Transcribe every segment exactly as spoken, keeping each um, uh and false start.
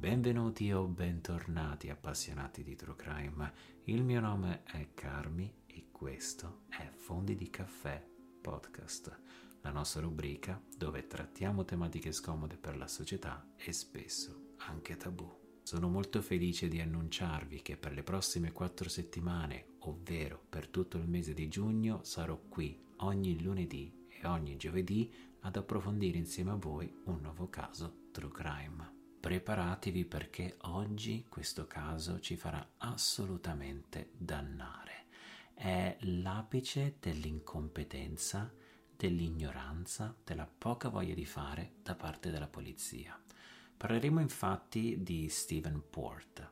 Benvenuti o bentornati appassionati di True Crime. Il mio nome è Carmi e questo è Fondi di Caffè Podcast, la nostra rubrica dove trattiamo tematiche scomode per la società e spesso anche tabù. Sono molto felice di annunciarvi che per le prossime quattro settimane, ovvero per tutto il mese di giugno, sarò qui ogni lunedì e ogni giovedì ad approfondire insieme a voi un nuovo caso True Crime. Preparatevi perché oggi questo caso ci farà assolutamente dannare. È l'apice dell'incompetenza, dell'ignoranza, della poca voglia di fare da parte della polizia. Parleremo infatti di Stephen Port,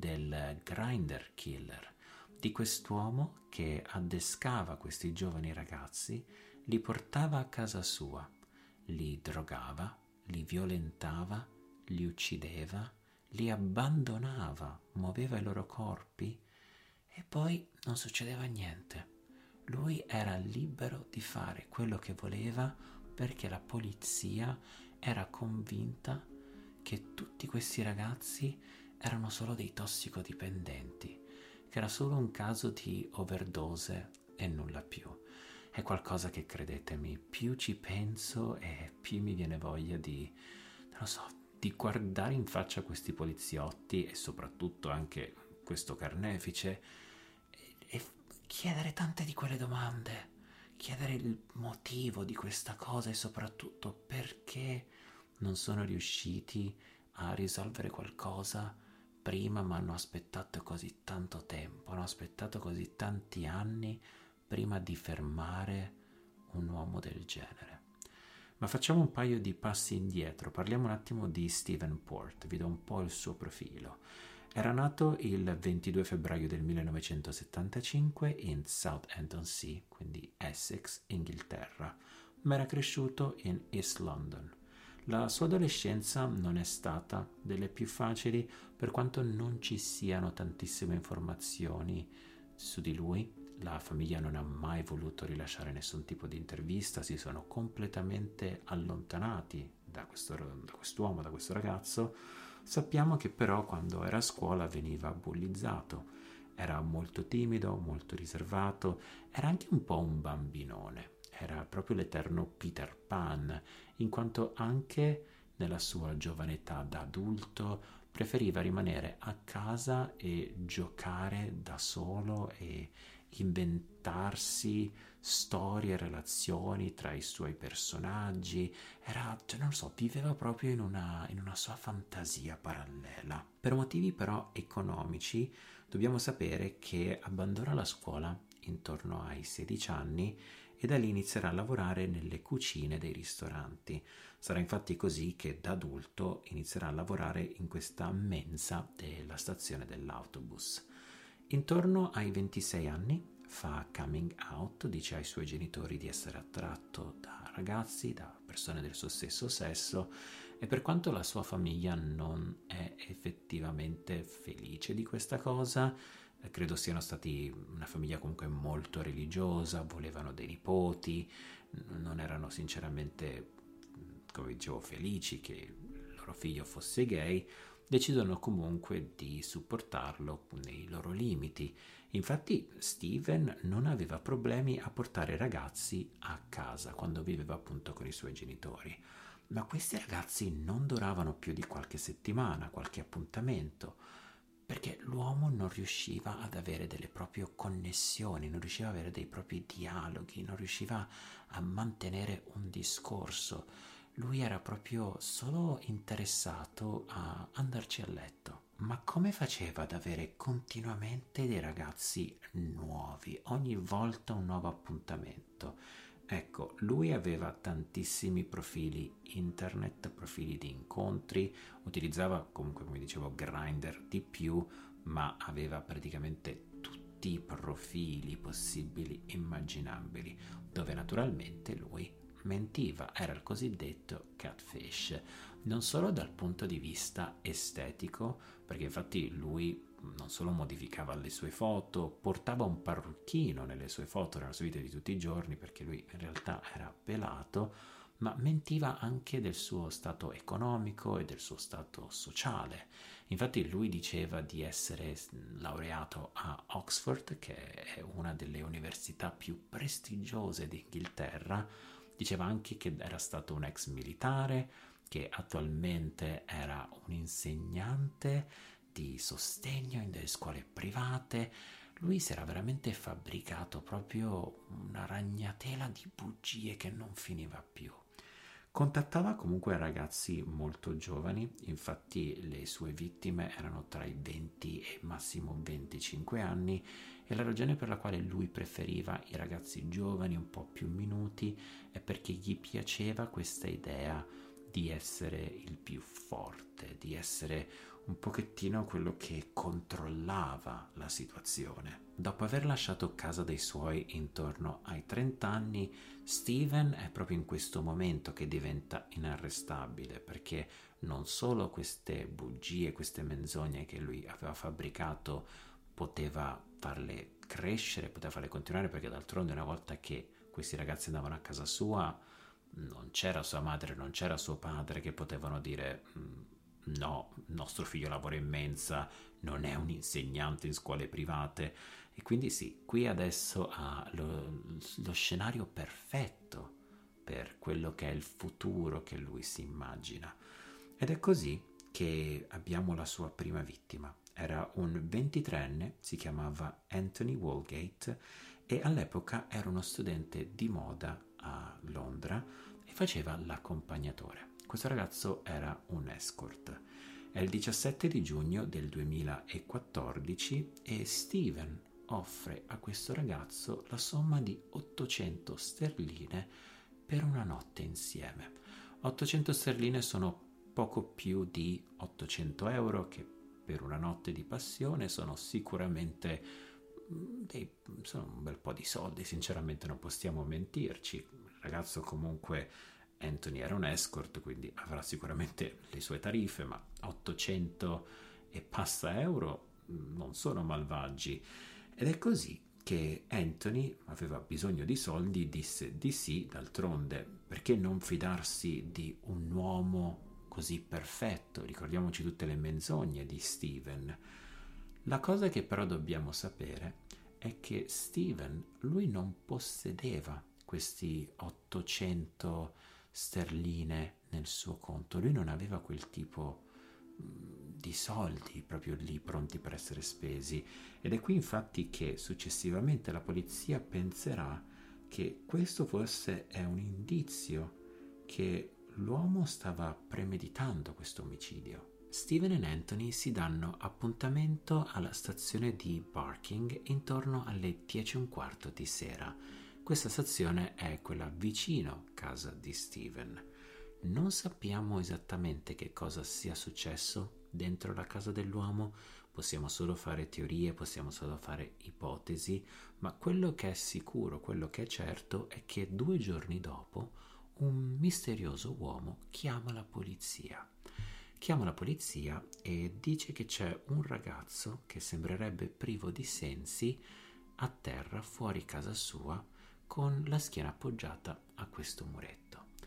del Grinder Killer, di quest'uomo che addescava questi giovani ragazzi, li portava a casa sua, li drogava, li violentava, li uccideva, li abbandonava, muoveva i loro corpi e poi non succedeva niente. Lui era libero di fare quello che voleva perché la polizia era convinta che tutti questi ragazzi erano solo dei tossicodipendenti, che era solo un caso di overdose e nulla più. È qualcosa che, credetemi, più ci penso e più mi viene voglia di, non lo so, di guardare in faccia questi poliziotti e soprattutto anche questo carnefice e, e chiedere tante di quelle domande, chiedere il motivo di questa cosa e soprattutto perché non sono riusciti a risolvere qualcosa prima, ma hanno aspettato così tanto tempo, hanno aspettato così tanti anni prima di fermare un uomo del genere. Ma facciamo un paio di passi indietro, parliamo un attimo di Stephen Port, vi do un po' il suo profilo. Era nato il ventidue febbraio del millenovecentosettantacinque in Southend-on-Sea, quindi Essex, Inghilterra, ma era cresciuto in East London. La sua adolescenza non è stata delle più facili per quanto non ci siano tantissime informazioni su di lui. La famiglia non ha mai voluto rilasciare nessun tipo di intervista, si sono completamente allontanati da, questo, da quest'uomo, da questo ragazzo. Sappiamo che però quando era a scuola veniva bullizzato, era molto timido, molto riservato, era anche un po' un bambinone, era proprio l'eterno Peter Pan, in quanto anche nella sua giovane età da adulto preferiva rimanere a casa e giocare da solo e inventarsi storie e relazioni tra i suoi personaggi. Era, cioè non lo so, viveva proprio in una, in una sua fantasia parallela. Per motivi però economici dobbiamo sapere che abbandona la scuola intorno ai sedici anni e da lì inizierà a lavorare nelle cucine dei ristoranti. Sarà infatti così che da adulto inizierà a lavorare in questa mensa della stazione dell'autobus. Intorno ai ventisei anni fa coming out, dice ai suoi genitori di essere attratto da ragazzi, da persone del suo stesso sesso, e per quanto la sua famiglia non è effettivamente felice di questa cosa, credo siano stati una famiglia comunque molto religiosa, volevano dei nipoti, non erano sinceramente, come dicevo, felici che il loro figlio fosse gay, decidono comunque di supportarlo nei loro limiti. Infatti Steven non aveva problemi a portare ragazzi a casa quando viveva appunto con i suoi genitori, ma questi ragazzi non duravano più di qualche settimana, qualche appuntamento, perché l'uomo non riusciva ad avere delle proprie connessioni, non riusciva ad avere dei propri dialoghi, non riusciva a mantenere un discorso. Lui era proprio solo interessato a andarci a letto. Ma come faceva ad avere continuamente dei ragazzi nuovi, ogni volta un nuovo appuntamento? Ecco, lui aveva tantissimi profili internet, profili di incontri, utilizzava comunque, come dicevo, Grindr di più, ma aveva praticamente tutti i profili possibili e immaginabili, dove naturalmente lui mentiva, era il cosiddetto catfish, non solo dal punto di vista estetico, perché infatti lui non solo modificava le sue foto, portava un parrucchino nelle sue foto, nella sua vita di tutti i giorni, perché lui in realtà era pelato, ma mentiva anche del suo stato economico e del suo stato sociale. Infatti lui diceva di essere laureato a Oxford, che è una delle università più prestigiose d'Inghilterra. Diceva anche che era stato un ex militare, che attualmente era un insegnante di sostegno in delle scuole private. Lui si era veramente fabbricato proprio una ragnatela di bugie che non finiva più. Contattava comunque ragazzi molto giovani, infatti le sue vittime erano tra i venti e massimo venticinque anni, e la ragione per la quale lui preferiva i ragazzi giovani un po' più minuti è perché gli piaceva questa idea di essere il più forte, di essere un pochettino quello che controllava la situazione. Dopo aver lasciato casa dei suoi intorno ai trenta anni, Steven è proprio in questo momento che diventa inarrestabile, perché non solo queste bugie, queste menzogne che lui aveva fabbricato poteva farle crescere, poteva farle continuare, perché d'altronde una volta che questi ragazzi andavano a casa sua non c'era sua madre, non c'era suo padre che potevano dire no, nostro figlio lavora in mensa, non è un insegnante in scuole private. E quindi sì, qui adesso ha lo, lo scenario perfetto per quello che è il futuro che lui si immagina. Ed è così che abbiamo la sua prima vittima. Era un ventitreenne, si chiamava Anthony Walgate e all'epoca era uno studente di moda a Londra e faceva l'accompagnatore. Questo ragazzo era un escort. È il diciassette di giugno del duemilaquattordici e Steven offre a questo ragazzo la somma di ottocento sterline per una notte insieme. ottocento sterline sono poco più di ottocento euro, che per una notte di passione sono sicuramente dei, sono un bel po' di soldi, sinceramente non possiamo mentirci. Il ragazzo comunque, Anthony, era un escort, quindi avrà sicuramente le sue tariffe, ma ottocento e passa euro non sono malvagi. Ed è così che Anthony aveva bisogno di soldi, disse di sì, d'altronde perché non fidarsi di un uomo così perfetto? Ricordiamoci tutte le menzogne di Steven. La cosa che però dobbiamo sapere è che Steven, lui non possedeva questi ottocento sterline nel suo conto, lui non aveva quel tipo di soldi proprio lì pronti per essere spesi, ed è qui infatti che successivamente la polizia penserà che questo forse è un indizio che l'uomo stava premeditando questo omicidio. Steven e Anthony si danno appuntamento alla stazione di Barking intorno alle dieci e un quarto di sera. Questa stazione è quella vicino casa di Steven. Non sappiamo esattamente che cosa sia successo dentro la casa dell'uomo, possiamo solo fare teorie, possiamo solo fare ipotesi, ma quello che è sicuro, quello che è certo è che due giorni dopo un misterioso uomo chiama la polizia. Chiama la polizia e dice che c'è un ragazzo che sembrerebbe privo di sensi a terra fuori casa sua con la schiena appoggiata a questo muretto.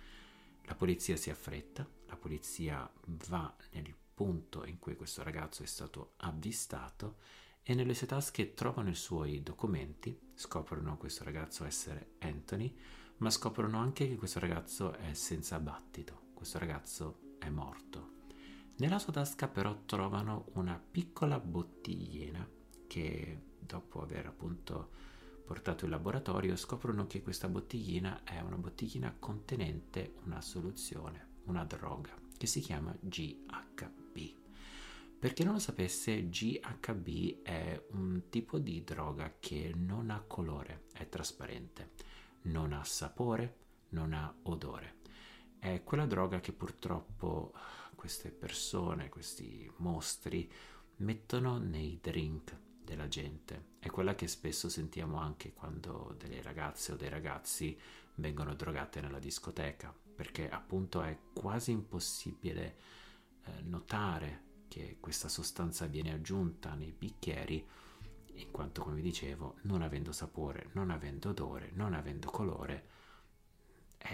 La polizia si affretta, la polizia va nel punto in cui questo ragazzo è stato avvistato e nelle sue tasche trovano i suoi documenti, scoprono questo ragazzo essere Anthony, ma scoprono anche che questo ragazzo è senza battito, questo ragazzo è morto. Nella sua tasca però trovano una piccola bottiglina che, dopo aver appunto portato in laboratorio, scoprono che questa bottiglina è una bottiglina contenente una soluzione, una droga, che si chiama G H B. Per chi non lo sapesse, G H B è un tipo di droga che non ha colore, è trasparente, non ha sapore, non ha odore. È quella droga che purtroppo queste persone, questi mostri, mettono nei drink della gente. È quella che spesso sentiamo anche quando delle ragazze o dei ragazzi vengono drogate nella discoteca, perché appunto è quasi impossibile eh, notare che questa sostanza viene aggiunta nei bicchieri, in quanto, come vi dicevo, non avendo sapore, non avendo odore, non avendo colore, è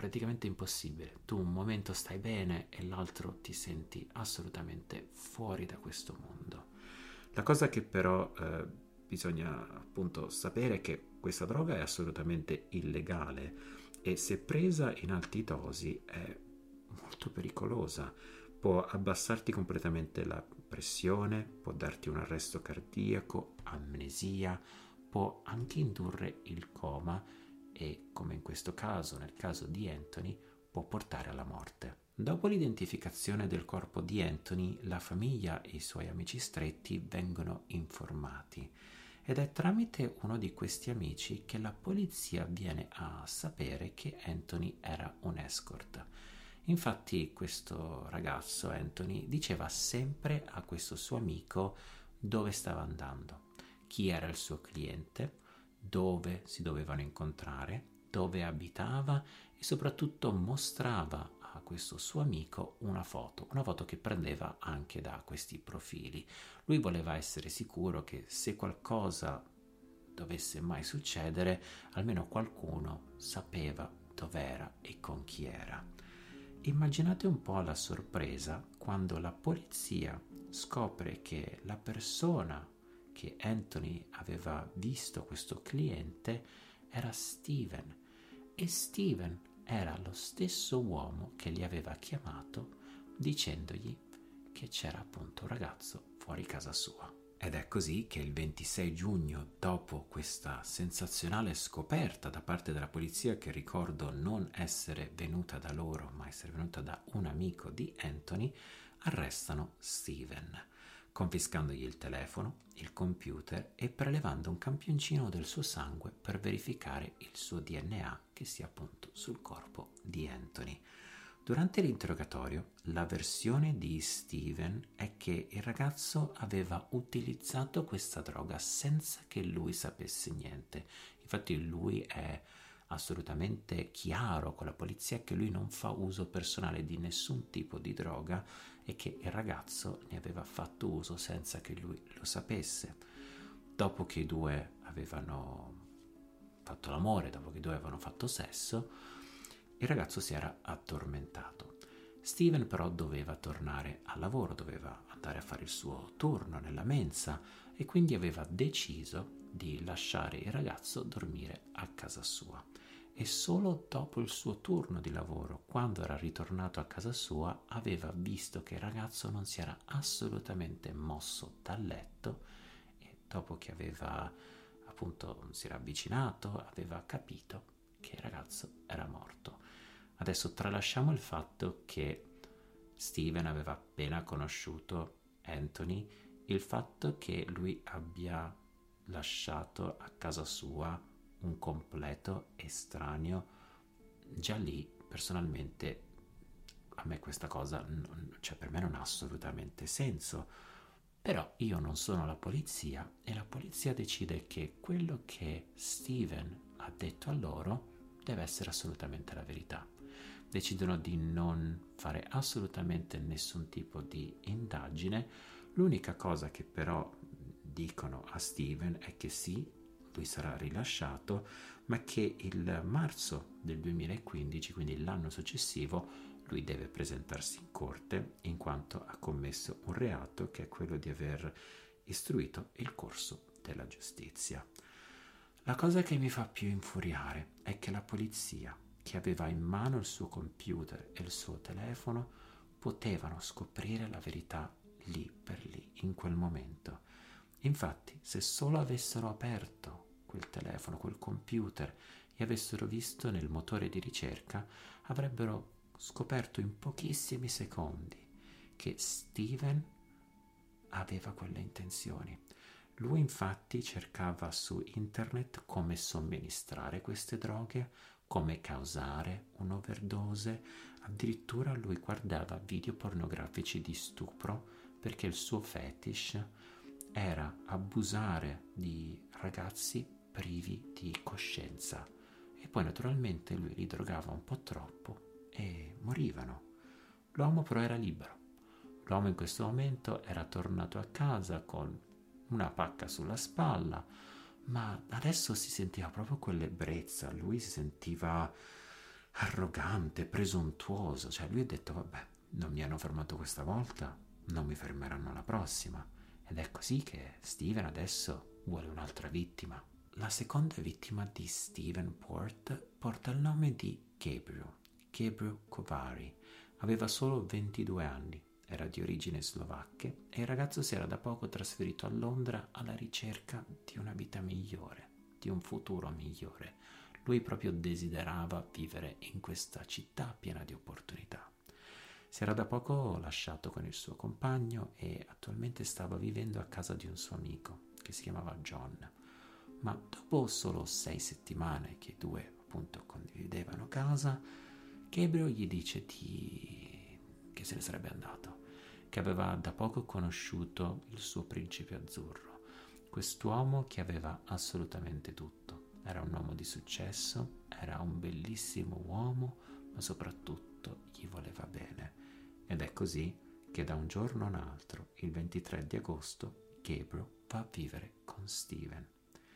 praticamente impossibile. Tu un momento stai bene e l'altro ti senti assolutamente fuori da questo mondo. La cosa che però eh, bisogna appunto sapere è che questa droga è assolutamente illegale e se presa in alti dosi è molto pericolosa. Può abbassarti completamente la pressione, può darti un arresto cardiaco, amnesia, può anche indurre il coma e, come in questo caso, nel caso di Anthony, può portare alla morte. Dopo l'identificazione del corpo di Anthony, la famiglia e i suoi amici stretti vengono informati ed è tramite uno di questi amici che la polizia viene a sapere che Anthony era un escort. Infatti questo ragazzo, Anthony, diceva sempre a questo suo amico dove stava andando, chi era il suo cliente, dove si dovevano incontrare, dove abitava e soprattutto mostrava a questo suo amico una foto, una foto che prendeva anche da questi profili. Lui voleva essere sicuro che se qualcosa dovesse mai succedere, almeno qualcuno sapeva dov'era e con chi era. Immaginate un po' la sorpresa quando la polizia scopre che la persona che Anthony aveva visto, questo cliente, era Steven e Steven era lo stesso uomo che li aveva chiamato dicendogli che c'era appunto un ragazzo fuori casa sua. Ed è così che il ventisei giugno, dopo questa sensazionale scoperta da parte della polizia, che ricordo non essere venuta da loro ma essere venuta da un amico di Anthony, arrestano Steven, confiscandogli il telefono, il computer e prelevando un campioncino del suo sangue per verificare il suo D N A che sia appunto sul corpo di Anthony. Durante l'interrogatorio, la versione di Steven è che il ragazzo aveva utilizzato questa droga senza che lui sapesse niente. Infatti lui è assolutamente chiaro con la polizia che lui non fa uso personale di nessun tipo di droga e che il ragazzo ne aveva fatto uso senza che lui lo sapesse. Dopo che i due avevano fatto l'amore, dopo che i due avevano fatto sesso, il ragazzo si era addormentato. Steven però doveva tornare al lavoro, doveva andare a fare il suo turno nella mensa e quindi aveva deciso di lasciare il ragazzo dormire a casa sua. E solo dopo il suo turno di lavoro, quando era ritornato a casa sua, aveva visto che il ragazzo non si era assolutamente mosso dal letto e dopo che aveva appunto si era avvicinato, aveva capito che il ragazzo era morto. Adesso tralasciamo il fatto che Steven aveva appena conosciuto Anthony, il fatto che lui abbia lasciato a casa sua un completo estraneo, già lì personalmente a me questa cosa non, cioè per me non ha assolutamente senso. Però io non sono la polizia e la polizia decide che quello che Steven ha detto a loro deve essere assolutamente la verità. Decidono di non fare assolutamente nessun tipo di indagine. L'unica cosa che però dicono a Steven è che sì, lui sarà rilasciato, ma che il marzo del duemilaquindici, quindi l'anno successivo, lui deve presentarsi in corte in quanto ha commesso un reato che è quello di aver istruito il corso della giustizia. La cosa che mi fa più infuriare è che la polizia, che aveva in mano il suo computer e il suo telefono, potevano scoprire la verità lì per lì, in quel momento. Infatti, se solo avessero aperto quel telefono, quel computer e avessero visto nel motore di ricerca, avrebbero scoperto in pochissimi secondi che Steven aveva quelle intenzioni. Lui infatti cercava su internet come somministrare queste droghe, come causare un'overdose, addirittura lui guardava video pornografici di stupro perché il suo fetish era abusare di ragazzi privi di coscienza e poi naturalmente lui li drogava un po' troppo e morivano. L'uomo però era libero. L'uomo in questo momento era tornato a casa con una pacca sulla spalla, ma adesso si sentiva proprio quell'ebbrezza, lui si sentiva arrogante, presuntuoso. Cioè lui ha detto: vabbè, non mi hanno fermato questa volta, non mi fermeranno la prossima. Ed è così che Steven adesso vuole un'altra vittima. La seconda vittima di Steven Port porta il nome di Gabriel, Gabriel Kovari. Aveva solo ventidue anni, era di origini slovacche e il ragazzo si era da poco trasferito a Londra alla ricerca di una vita migliore, di un futuro migliore. Lui proprio desiderava vivere in questa città piena di opportunità. Si era da poco lasciato con il suo compagno e attualmente stava vivendo a casa di un suo amico che si chiamava John. Ma dopo solo sei settimane che i due appunto condividevano casa, Gabriel gli dice di... che se ne sarebbe andato, che aveva da poco conosciuto il suo principe azzurro, quest'uomo che aveva assolutamente tutto. Era un uomo di successo, era un bellissimo uomo, ma soprattutto gli voleva bene. Ed è così che da un giorno a un altro, il ventitré di agosto, Gabriel va a vivere con Steven.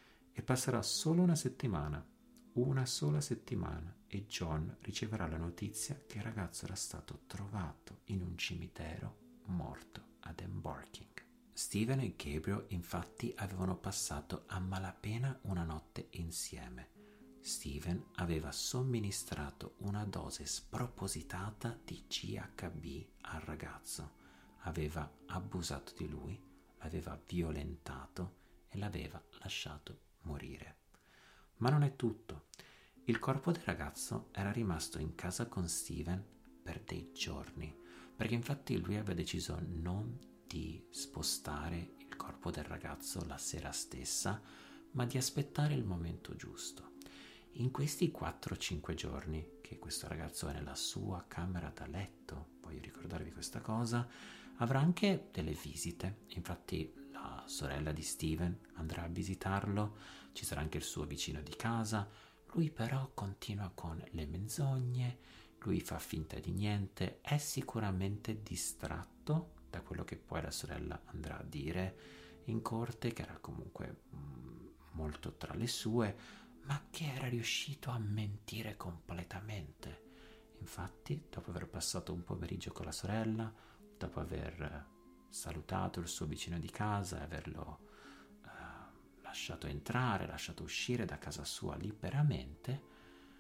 E passerà solo una settimana, una sola settimana, e John riceverà la notizia che il ragazzo era stato trovato in un cimitero morto ad Embarking. Steven e Gabriel infatti avevano passato a malapena una notte insieme. Steven aveva somministrato una dose spropositata di G H B al ragazzo, aveva abusato di lui, l'aveva violentato e l'aveva lasciato morire. Ma non è tutto. Il corpo del ragazzo era rimasto in casa con Steven per dei giorni, perché infatti lui aveva deciso non di spostare il corpo del ragazzo la sera stessa, ma di aspettare il momento giusto. In questi quattro cinque giorni che questo ragazzo è nella sua camera da letto, voglio ricordarvi questa cosa, avrà anche delle visite. Infatti la sorella di Steven andrà a visitarlo, ci sarà anche il suo vicino di casa. Lui però continua con le menzogne, lui fa finta di niente, è sicuramente distratto da quello che poi la sorella andrà a dire in corte, che era comunque mh, molto tra le sue, ma che era riuscito a mentire completamente. Infatti, dopo aver passato un pomeriggio con la sorella, dopo aver salutato il suo vicino di casa e averlo eh, lasciato entrare, lasciato uscire da casa sua liberamente,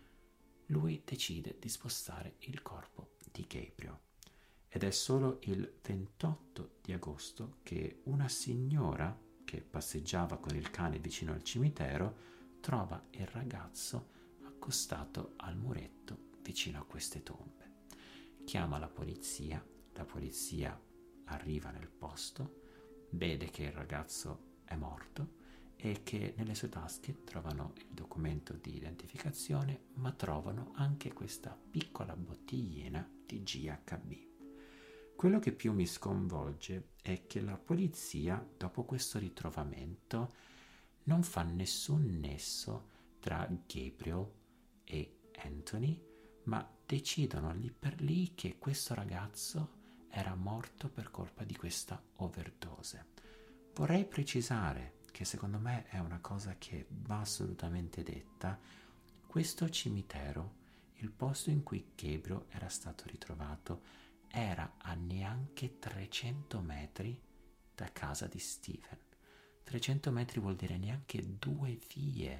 lui decide di spostare il corpo di Gabriel. Ed è solo il ventotto di agosto che una signora che passeggiava con il cane vicino al cimitero trova il ragazzo accostato al muretto vicino a queste tombe. Chiama la polizia, la polizia arriva nel posto, vede che il ragazzo è morto e che nelle sue tasche trovano il documento di identificazione, ma trovano anche questa piccola bottiglina di G H B. Quello che più mi sconvolge è che la polizia, dopo questo ritrovamento, non fa nessun nesso tra Gabriel e Anthony, ma decidono lì per lì che questo ragazzo era morto per colpa di questa overdose. Vorrei precisare che secondo me è una cosa che va assolutamente detta. Questo cimitero, il posto in cui Gabriel era stato ritrovato, era a neanche trecento metri da casa di Steven. trecento metri vuol dire neanche due vie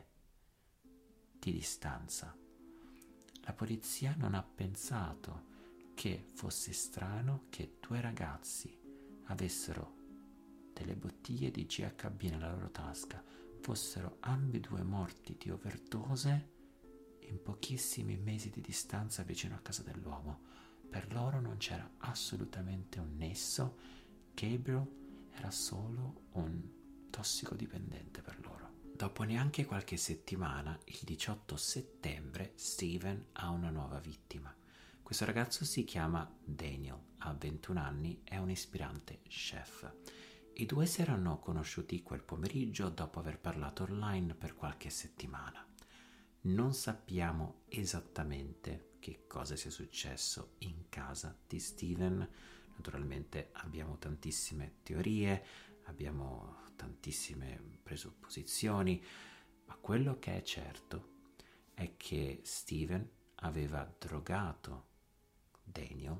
di distanza. La polizia non ha pensato che fosse strano che due ragazzi avessero delle bottiglie di G H B nella loro tasca, fossero ambedue morti di overdose in pochissimi mesi di distanza vicino a casa dell'uomo. Per loro non c'era assolutamente un nesso. Gabriel era solo un tossicodipendente per loro. Dopo neanche qualche settimana, il diciotto settembre, Steven ha una nuova vittima. Questo ragazzo si chiama Daniel, ha ventuno anni, è un ispirante chef. I due si erano conosciuti quel pomeriggio dopo aver parlato online per qualche settimana. Non sappiamo esattamente che cosa sia successo in casa di Steven. Naturalmente abbiamo tantissime teorie, abbiamo tantissime presupposizioni, ma quello che è certo è che Steven aveva drogato Daniel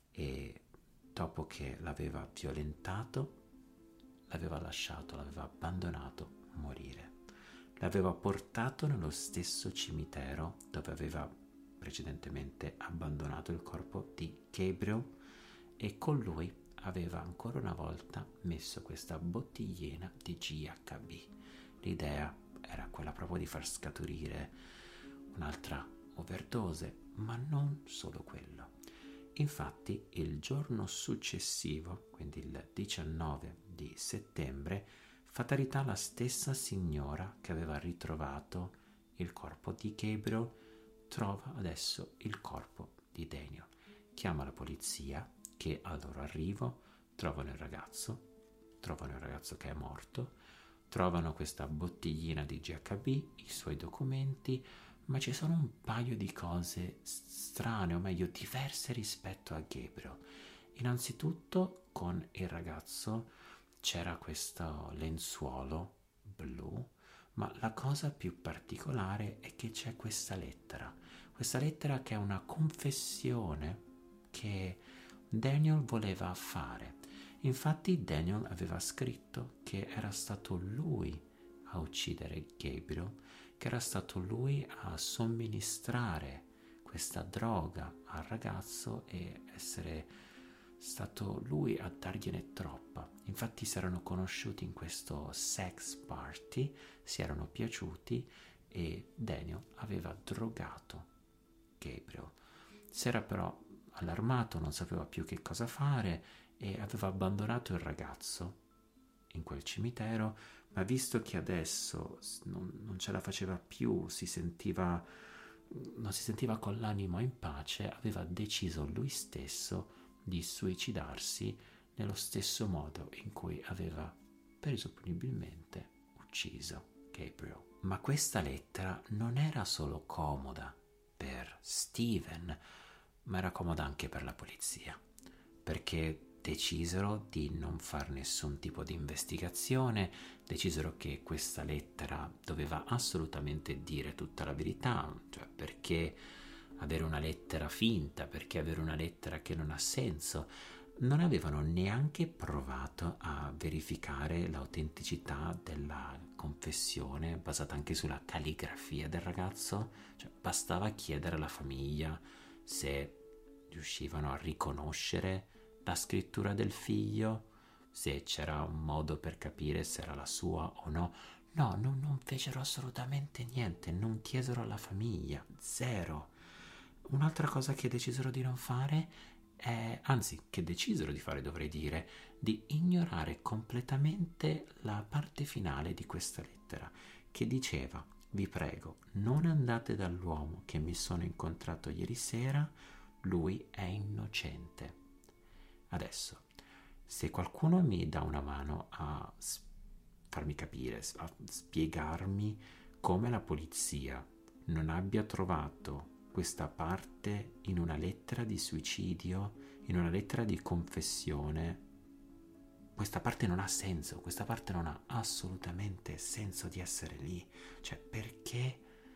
e dopo che l'aveva violentato, l'aveva lasciato, l'aveva abbandonato morire. L'aveva portato nello stesso cimitero dove aveva precedentemente abbandonato il corpo di Gabriel e con lui aveva ancora una volta messo questa bottiglina di G H B. L'idea era quella proprio di far scaturire un'altra overdose, ma non solo quello. Infatti il giorno successivo, quindi il diciannove di settembre, fatalità, la stessa signora che aveva ritrovato il corpo di Gabriel trova adesso il corpo di Daniel. Chiama la polizia che al loro arrivo trovano il ragazzo, trovano il ragazzo che è morto, trovano questa bottiglina di G H B, i suoi documenti, ma ci sono un paio di cose strane, o meglio diverse rispetto a Gabriel. Innanzitutto con il ragazzo c'era questo lenzuolo blu, ma la cosa più particolare è che c'è questa lettera, questa lettera che è una confessione che Daniel voleva fare. Infatti Daniel aveva scritto che era stato lui a uccidere Gabriel, che era stato lui a somministrare questa droga al ragazzo e essere stato lui a dargliene troppa. Infatti si erano conosciuti in questo sex party, si erano piaciuti e Daniel aveva drogato Gabriel. Si era però allarmato, non sapeva più che cosa fare e aveva abbandonato il ragazzo in quel cimitero, ma visto che adesso non, non ce la faceva più, si sentiva, non si sentiva con l'animo in pace, aveva deciso lui stesso di suicidarsi nello stesso modo in cui aveva presumibilmente ucciso Gabriel. Ma questa lettera non era solo comoda per Steven, ma era comoda anche per la polizia, perché decisero di non far nessun tipo di investigazione, decisero che questa lettera doveva assolutamente dire tutta la verità, cioè perché avere una lettera finta, perché avere una lettera che non ha senso. Non avevano neanche provato a verificare l'autenticità della confessione basata anche sulla calligrafia del ragazzo, cioè bastava chiedere alla famiglia se riuscivano a riconoscere la scrittura del figlio, se c'era un modo per capire se era la sua o no. No, no, non fecero assolutamente niente, non chiesero alla famiglia, zero. Un'altra cosa che decisero di non fare è, anzi, che decisero di fare, dovrei dire, di ignorare completamente la parte finale di questa lettera, che diceva: vi prego, non andate dall'uomo che mi sono incontrato ieri sera, lui è innocente. Adesso, se qualcuno mi dà una mano a farmi capire, a spiegarmi come la polizia non abbia trovato questa parte in una lettera di suicidio, in una lettera di confessione, questa parte non ha senso, questa parte non ha assolutamente senso di essere lì. Cioè, perché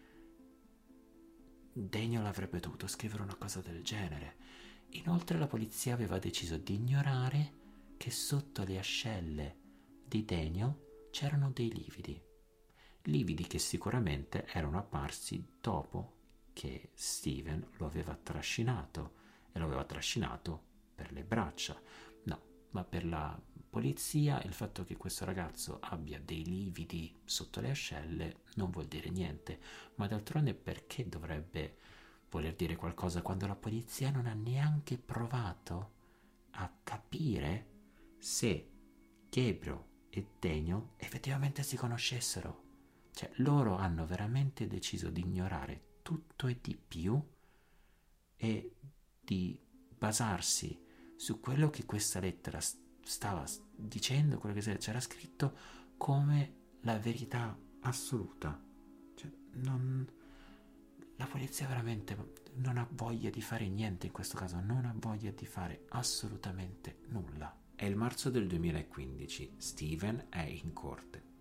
Daniel avrebbe dovuto scrivere una cosa del genere? Inoltre la polizia aveva deciso di ignorare che sotto le ascelle di Daniel c'erano dei lividi, lividi che sicuramente erano apparsi dopo che Steven lo aveva trascinato, e lo aveva trascinato per le braccia. No, ma per la polizia il fatto che questo ragazzo abbia dei lividi sotto le ascelle non vuol dire niente, ma d'altronde perché dovrebbe voler dire qualcosa quando la polizia non ha neanche provato a capire se Gabriel e Daniel effettivamente si conoscessero? Cioè, loro hanno veramente deciso di ignorare tutto e di più e di basarsi su quello che questa lettera stava dicendo, quello che c'era scritto, come la verità assoluta. Cioè, non... la polizia veramente non ha voglia di fare niente in questo caso, non ha voglia di fare assolutamente nulla. È il marzo del duemilaquindici, Steven è in corte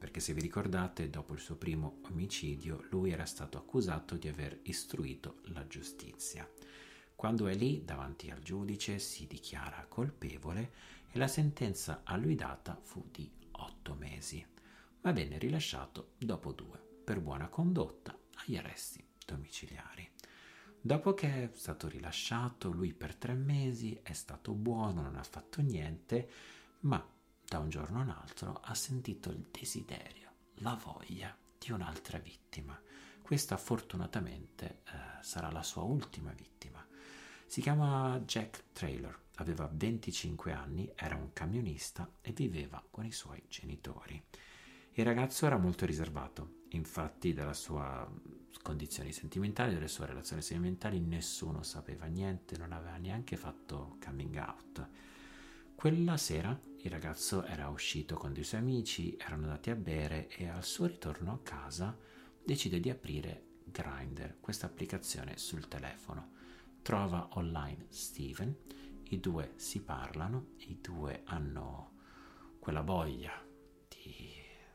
perché se vi ricordate, dopo il suo primo omicidio, lui era stato accusato di aver istruito la giustizia. Quando è lì, davanti al giudice, si dichiara colpevole e la sentenza a lui data fu di otto mesi, ma venne rilasciato dopo due, per buona condotta agli arresti domiciliari. Dopo che è stato rilasciato, lui per tre mesi è stato buono, non ha fatto niente, ma da un giorno all'altro ha sentito il desiderio, la voglia di un'altra vittima. Questa fortunatamente eh, sarà la sua ultima vittima. Si chiama Jack Traylor, aveva venticinque anni, era un camionista e viveva con i suoi genitori. Il ragazzo era molto riservato, infatti della sua condizioni sentimentali, delle sue relazioni sentimentali nessuno sapeva niente, non aveva neanche fatto coming out. Quella sera il ragazzo era uscito con dei suoi amici, erano andati a bere e al suo ritorno a casa decide di aprire Grindr, questa applicazione sul telefono. Trova online Steven, i due si parlano, i due hanno quella voglia di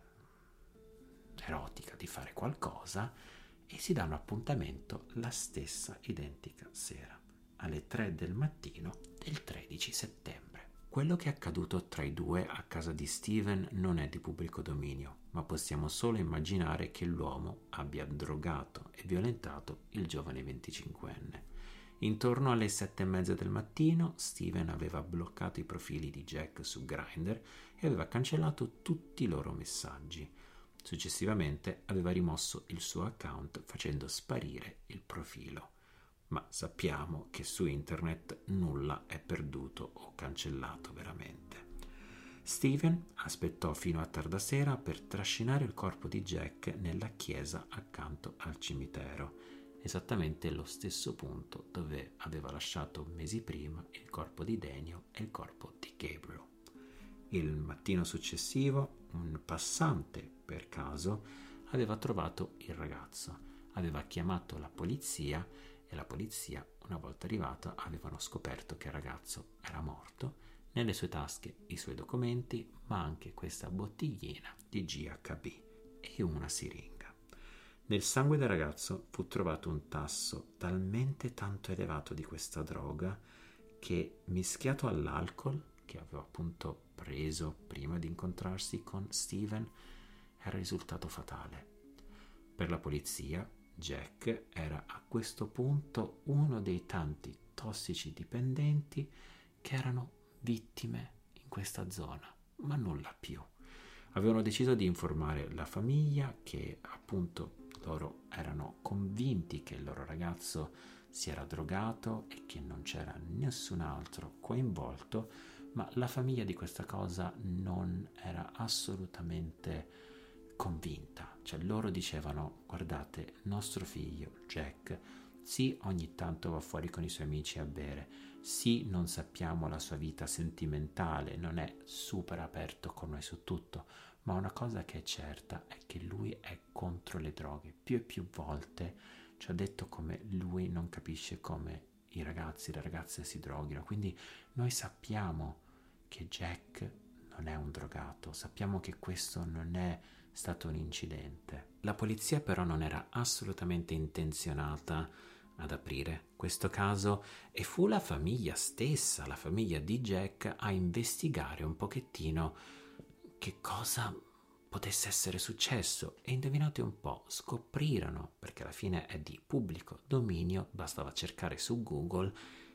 erotica di fare qualcosa e si danno appuntamento la stessa identica sera, alle tre del mattino del tredici settembre. Quello che è accaduto tra i due a casa di Steven non è di pubblico dominio, ma possiamo solo immaginare che l'uomo abbia drogato e violentato il giovane venticinquenne. Intorno alle sette e mezza del mattino Steven aveva bloccato i profili di Jack su Grindr e aveva cancellato tutti i loro messaggi. Successivamente aveva rimosso il suo account facendo sparire il profilo. Ma sappiamo che su internet nulla è perduto o cancellato veramente. Steven aspettò fino a tarda sera per trascinare il corpo di Jack nella chiesa accanto al cimitero, esattamente lo stesso punto dove aveva lasciato mesi prima il corpo di Daniel e il corpo di Gabriel. Il mattino successivo un passante per caso aveva trovato il ragazzo, aveva chiamato la polizia e la polizia, una volta arrivata, avevano scoperto che il ragazzo era morto, nelle sue tasche i suoi documenti, ma anche questa bottiglina di G H B e una siringa. Nel sangue del ragazzo fu trovato un tasso talmente tanto elevato di questa droga che, mischiato all'alcol che aveva appunto preso prima di incontrarsi con Steven, era risultato fatale. Per la polizia, Jack era a questo punto uno dei tanti tossici dipendenti che erano vittime in questa zona, ma nulla più. Avevano deciso di informare la famiglia che appunto loro erano convinti che il loro ragazzo si era drogato e che non c'era nessun altro coinvolto, ma la famiglia di questa cosa non era assolutamente convinta. Cioè loro dicevano: guardate, nostro figlio Jack sì, ogni tanto va fuori con i suoi amici a bere, sì, non sappiamo la sua vita sentimentale, non è super aperto con noi su tutto, ma una cosa che è certa è che lui è contro le droghe. Più e più volte ci ha detto come lui non capisce come i ragazzi e le ragazze si droghino, quindi noi sappiamo che Jack non è un drogato, sappiamo che questo non è stato un incidente. La polizia però non era assolutamente intenzionata ad aprire questo caso e fu la famiglia stessa, la famiglia di Jack, a investigare un pochettino che cosa potesse essere successo e indovinate un po', scoprirono, perché alla fine è di pubblico dominio, bastava cercare su Google,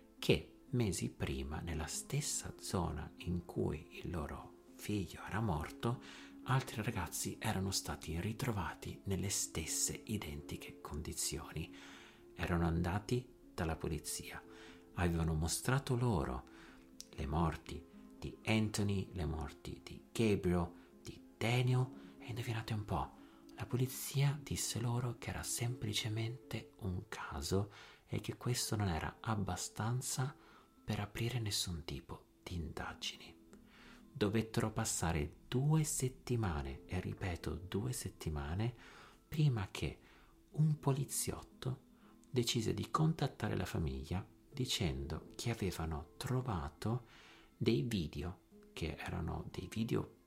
che mesi prima nella stessa zona in cui il loro figlio era morto, altri ragazzi erano stati ritrovati nelle stesse identiche condizioni. Erano andati dalla polizia, avevano mostrato loro le morti di Anthony, le morti di Gabriel, di Daniel, e indovinate un po', la polizia disse loro che era semplicemente un caso e che questo non era abbastanza per aprire nessun tipo di indagini. Dovettero passare due settimane, e ripeto due settimane, prima che un poliziotto decise di contattare la famiglia dicendo che avevano trovato dei video, che erano dei video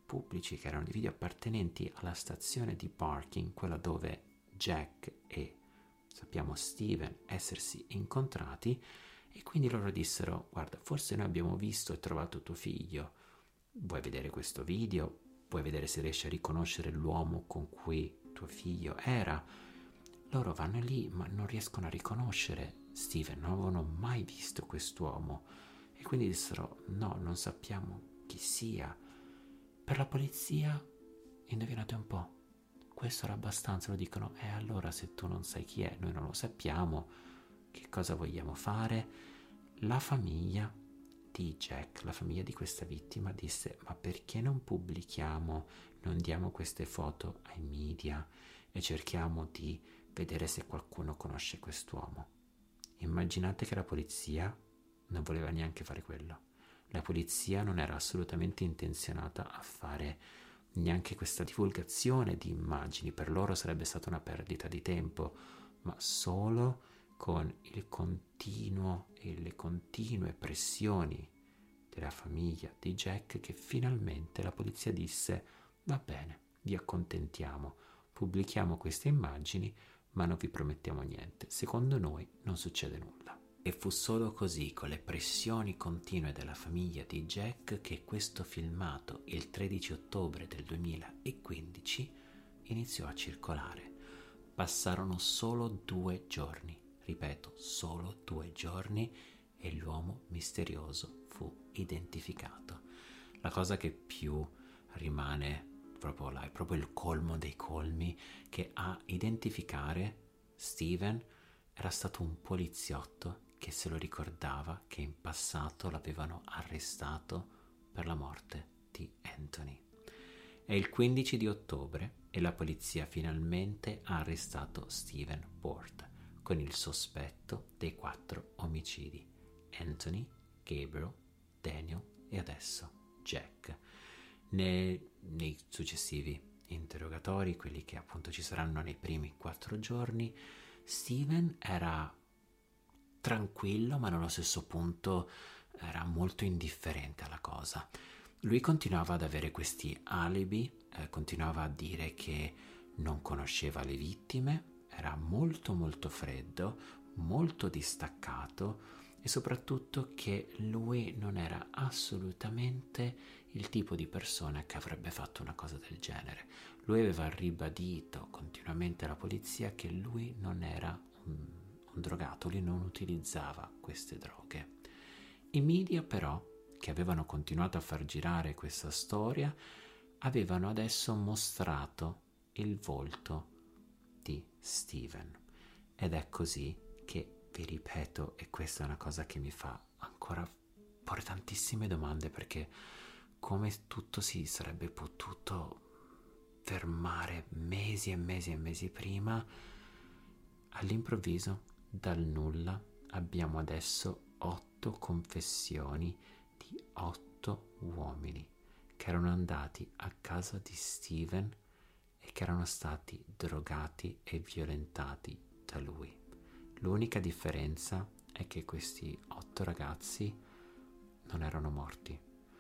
pubblici, che erano dei video appartenenti alla stazione di parking, quella dove Jack e, sappiamo, Steven essersi incontrati, e quindi loro dissero: guarda, forse noi abbiamo visto e trovato tuo figlio, vuoi vedere questo video? Vuoi vedere se riesci a riconoscere l'uomo con cui tuo figlio era? Loro vanno lì ma non riescono a riconoscere Steven, non avevano mai visto quest'uomo, e quindi dissero: no, non sappiamo chi sia. Per la polizia, indovinate un po', questo era abbastanza. Lo dicono: e eh, allora se tu non sai chi è, noi non lo sappiamo, che cosa vogliamo fare? La famiglia di Jack, la famiglia di questa vittima, disse: ma perché non pubblichiamo, non diamo queste foto ai media e cerchiamo di vedere se qualcuno conosce quest'uomo? Immaginate che la polizia non voleva neanche fare quello. La polizia non era assolutamente intenzionata a fare neanche questa divulgazione di immagini, per loro sarebbe stata una perdita di tempo, ma solo con il continuo e le continue pressioni della famiglia di Jack che finalmente la polizia disse: va bene, vi accontentiamo, pubblichiamo queste immagini, ma non vi promettiamo niente, secondo noi non succede nulla. E fu solo così, con le pressioni continue della famiglia di Jack, che questo filmato, il tredici ottobre del duemilaquindici, iniziò a circolare. Passarono solo due giorni, ripeto, solo due giorni, e l'uomo misterioso fu identificato. La cosa che più rimane proprio là, è proprio il colmo dei colmi, che a identificare Steven era stato un poliziotto che se lo ricordava che in passato l'avevano arrestato per la morte di Anthony. È il quindici di ottobre e la polizia finalmente ha arrestato Steven Port con il sospetto dei quattro omicidi: Anthony, Gabriel, Daniel e adesso Jack. Ne, nei successivi interrogatori, quelli che appunto ci saranno nei primi quattro giorni, Steven era tranquillo, ma nello stesso punto era molto indifferente alla cosa. Lui continuava ad avere questi alibi, eh, continuava a dire che non conosceva le vittime, era molto molto freddo, molto distaccato, e soprattutto che lui non era assolutamente il tipo di persona che avrebbe fatto una cosa del genere. Lui aveva ribadito continuamente alla polizia che lui non era un, un drogato, lui non utilizzava queste droghe. I media però, che avevano continuato a far girare questa storia, avevano adesso mostrato il volto di Steven, ed è così che, vi ripeto, e questa è una cosa che mi fa ancora porre tantissime domande, perché come tutto si sarebbe potuto fermare mesi e mesi e mesi prima, all'improvviso, dal nulla, abbiamo adesso otto confessioni di otto uomini che erano andati a casa di Steven e che erano stati drogati e violentati da lui. L'unica differenza è che questi otto ragazzi non erano morti,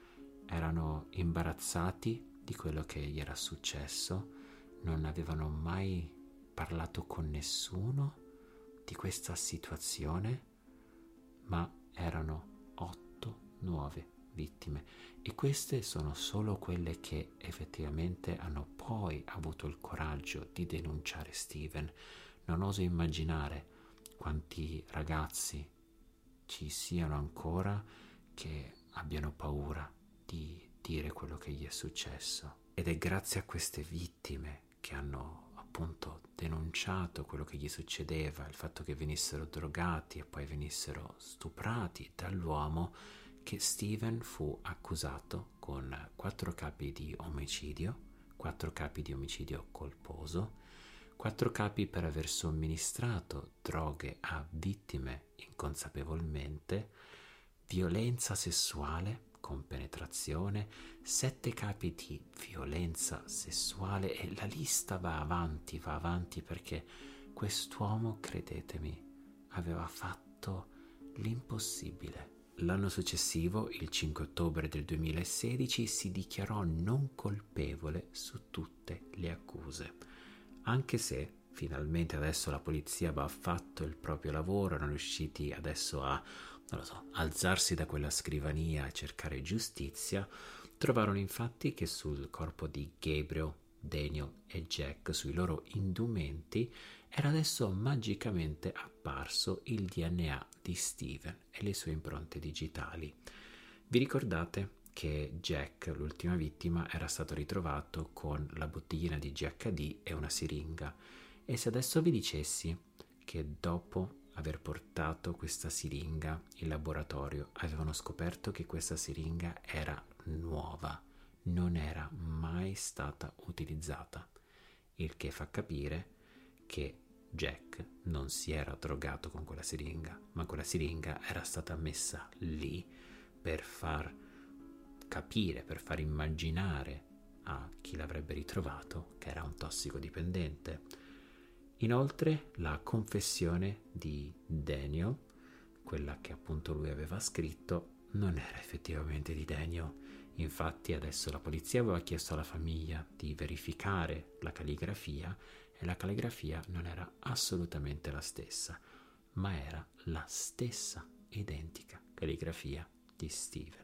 erano imbarazzati di quello che gli era successo, non avevano mai parlato con nessuno di questa situazione, ma erano otto nuove vittime, e queste sono solo quelle che effettivamente hanno poi avuto il coraggio di denunciare Steven. Non oso immaginare quanti ragazzi ci siano ancora che abbiano paura di dire quello che gli è successo. Ed è grazie a queste vittime che hanno appunto denunciato quello che gli succedeva, il fatto che venissero drogati e poi venissero stuprati dall'uomo, che Steven fu accusato con quattro capi di omicidio, quattro capi di omicidio colposo, quattro capi per aver somministrato droghe a vittime inconsapevolmente, violenza sessuale con penetrazione, sette capi di violenza sessuale, e la lista va avanti, va avanti, perché quest'uomo, credetemi, aveva fatto l'impossibile l'anno successivo, il cinque ottobre del duemilasedici, si dichiarò non colpevole su tutte le accuse, anche se finalmente adesso la polizia aveva fatto il proprio lavoro, erano riusciti adesso a, non lo so, alzarsi da quella scrivania e cercare giustizia. Trovarono infatti che sul corpo di Gabriel, Daniel e Jack, sui loro indumenti, era adesso magicamente apparso il D N A di Steven e le sue impronte digitali. Vi ricordate che Jack, l'ultima vittima, era stato ritrovato con la bottiglina di G H D e una siringa? E se adesso vi dicessi che dopo aver portato questa siringa in laboratorio avevano scoperto che questa siringa era nuova, non era mai stata utilizzata, il che fa capire che Jack non si era drogato con quella siringa, ma quella siringa era stata messa lì per far capire, per far immaginare a chi l'avrebbe ritrovato che era un tossicodipendente. Inoltre la confessione di Daniel, quella che appunto lui aveva scritto, non era effettivamente di Daniel. Infatti adesso la polizia aveva chiesto alla famiglia di verificare la calligrafia e la calligrafia non era assolutamente la stessa, ma era la stessa identica calligrafia di Steven.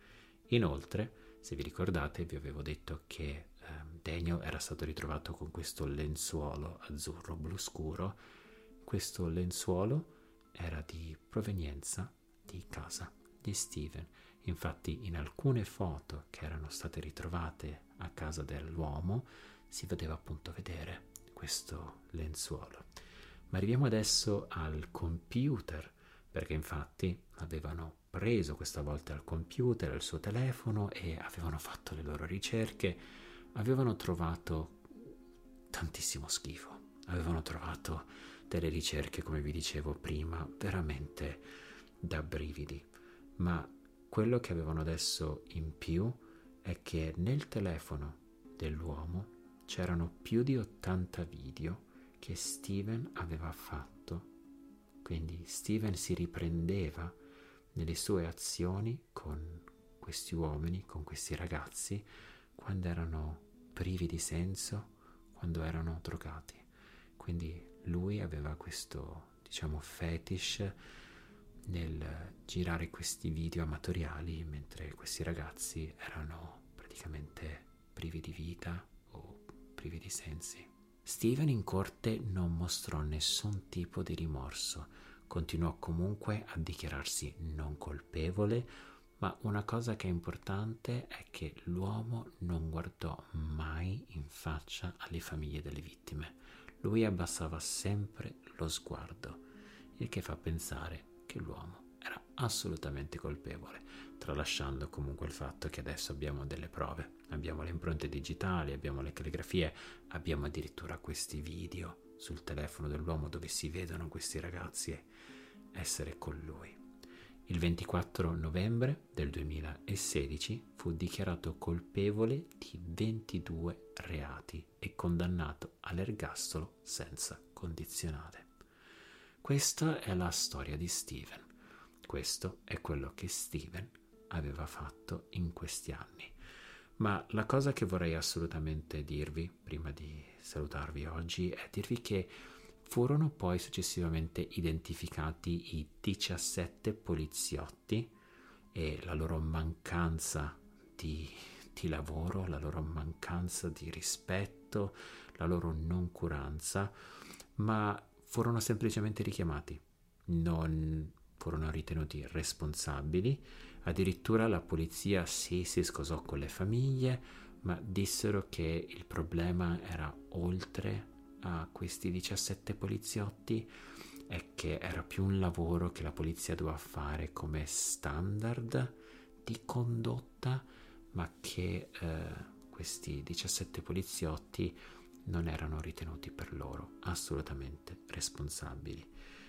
Inoltre, se vi ricordate, vi avevo detto che eh, Daniel era stato ritrovato con questo lenzuolo azzurro blu scuro. Questo lenzuolo era di provenienza di casa di Steven. Infatti in alcune foto che erano state ritrovate a casa dell'uomo si vedeva appunto vedere questo lenzuolo. Ma arriviamo adesso al computer, perché infatti avevano preso questa volta il computer, il suo telefono e avevano fatto le loro ricerche, avevano trovato tantissimo schifo, avevano trovato delle ricerche, come vi dicevo prima, veramente da brividi. Ma quello che avevano adesso in più è che nel telefono dell'uomo c'erano più di ottanta video che Steven aveva fatto. Quindi Steven si riprendeva nelle sue azioni con questi uomini, con questi ragazzi, quando erano privi di senso, quando erano drogati. Quindi lui aveva questo, diciamo, fetish nel girare questi video amatoriali mentre questi ragazzi erano praticamente privi di vita o privi di sensi. Steven in corte non mostrò nessun tipo di rimorso, continuò comunque a dichiararsi non colpevole, ma una cosa che è importante è che l'uomo non guardò mai in faccia alle famiglie delle vittime. Lui abbassava sempre lo sguardo, il che fa pensare che l'uomo era assolutamente colpevole, tralasciando comunque il fatto che adesso abbiamo delle prove, abbiamo le impronte digitali, abbiamo le calligrafie, abbiamo addirittura questi video sul telefono dell'uomo dove si vedono questi ragazzi essere con lui. Il ventiquattro novembre del duemilasedici fu dichiarato colpevole di ventidue reati e condannato all'ergastolo senza condizionale. Questa è la storia di Steven. Questo è quello che Steven aveva fatto in questi anni. Ma la cosa che vorrei assolutamente dirvi, prima di salutarvi oggi, è dirvi che furono poi successivamente identificati i diciassette poliziotti e la loro mancanza di, di lavoro, la loro mancanza di rispetto, la loro noncuranza, ma furono semplicemente richiamati, non furono ritenuti responsabili. Addirittura la polizia sì, si scosò con le famiglie, ma dissero che il problema era oltre a questi diciassette poliziotti e che era più un lavoro che la polizia doveva fare come standard di condotta, ma che eh, questi diciassette poliziotti non erano ritenuti per loro assolutamente responsabili.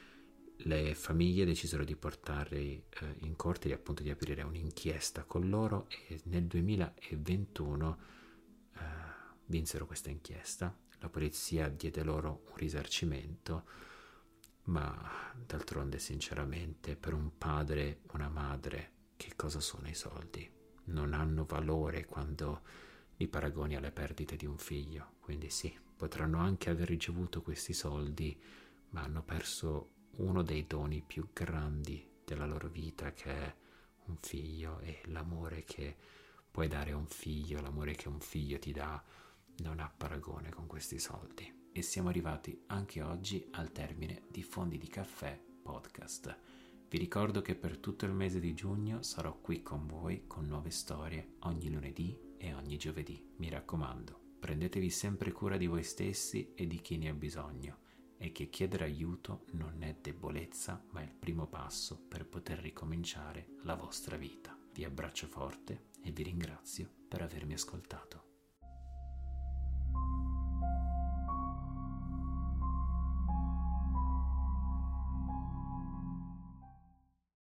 Le famiglie decisero di portarli eh, in corte, di appunto di aprire un'inchiesta con loro, e nel duemilaventuno eh, vinsero questa inchiesta. La polizia diede loro un risarcimento, ma d'altronde sinceramente per un padre, una madre, che cosa sono i soldi? Non hanno valore quando li paragoni alle perdite di un figlio. Quindi sì, potranno anche aver ricevuto questi soldi, ma hanno perso uno dei doni più grandi della loro vita, che è un figlio, e l'amore che puoi dare a un figlio, l'amore che un figlio ti dà, non ha paragone con questi soldi. E siamo arrivati anche oggi al termine di Fondi di Caffè Podcast. Vi ricordo che per tutto il mese di giugno sarò qui con voi con nuove storie ogni lunedì e ogni giovedì. Mi raccomando, prendetevi sempre cura di voi stessi e di chi ne ha bisogno, e che chiedere aiuto non è debolezza, ma è il primo passo per poter ricominciare la vostra vita. Vi abbraccio forte e vi ringrazio per avermi ascoltato.